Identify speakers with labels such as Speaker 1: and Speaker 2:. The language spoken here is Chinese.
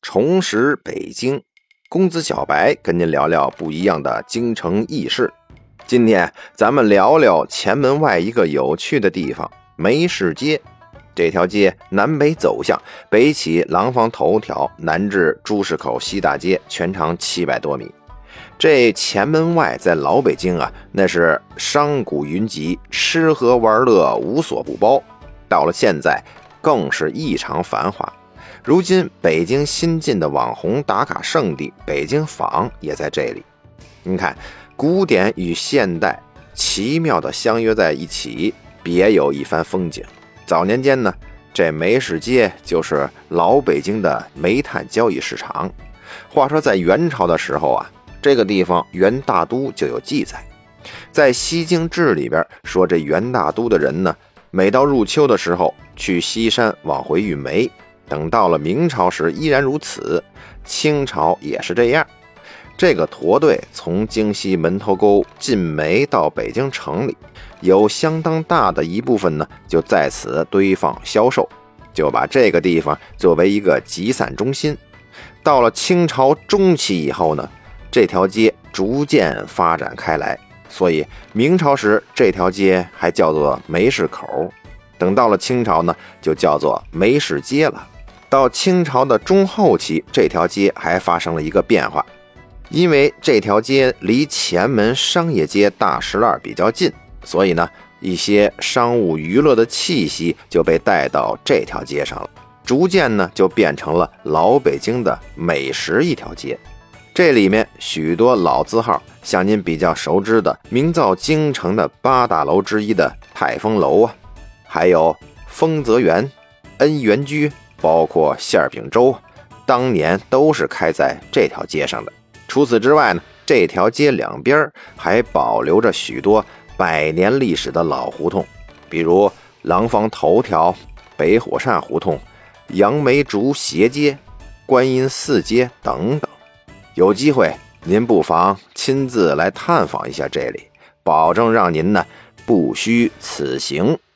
Speaker 1: 重拾北京，公子小白跟您聊聊不一样的京城轶事。今天咱们聊聊前门外一个有趣的地方——梅市街。这条街南北走向，北起廊坊头条，南至朱市口西大街，全长700多米。这前门外在老北京啊，那是商贾云集，吃喝玩乐无所不包。到了现在，更是异常繁华。如今北京新晋的网红打卡圣地北京坊也在这里。你看，古典与现代奇妙地相约在一起，别有一番风景。早年间呢，这梅市街就是老北京的煤炭交易市场。话说在元朝的时候啊，这个地方元大都就有记载。在《西京志》里边说，这元大都的人呢，每到入秋的时候去西山往回运煤，等到了明朝时依然如此，清朝也是这样。这个驼队从京西门头沟进煤到北京城里，有相当大的一部分呢就在此堆放销售，就把这个地方作为一个集散中心。到了清朝中期以后呢，这条街逐渐发展开来，所以明朝时这条街还叫做梅市口，等到了清朝呢就叫做梅市街了。到清朝的中后期，这条街还发生了一个变化，因为这条街离前门商业街大石栏比较近，所以呢，一些商务娱乐的气息就被带到这条街上了，逐渐呢就变成了老北京的美食一条街。这里面许多老字号，像您比较熟知的名噪京城的8大楼之一的泰丰楼啊，还有丰泽园、恩源居，包括馅饼粥，当年都是开在这条街上的。除此之外呢，这条街两边还保留着许多100年历史的老胡同，比如廊坊头条、北火扇胡同、杨梅竹斜街、观音寺街等等。有机会您不妨亲自来探访一下这里，保证让您呢不虚此行。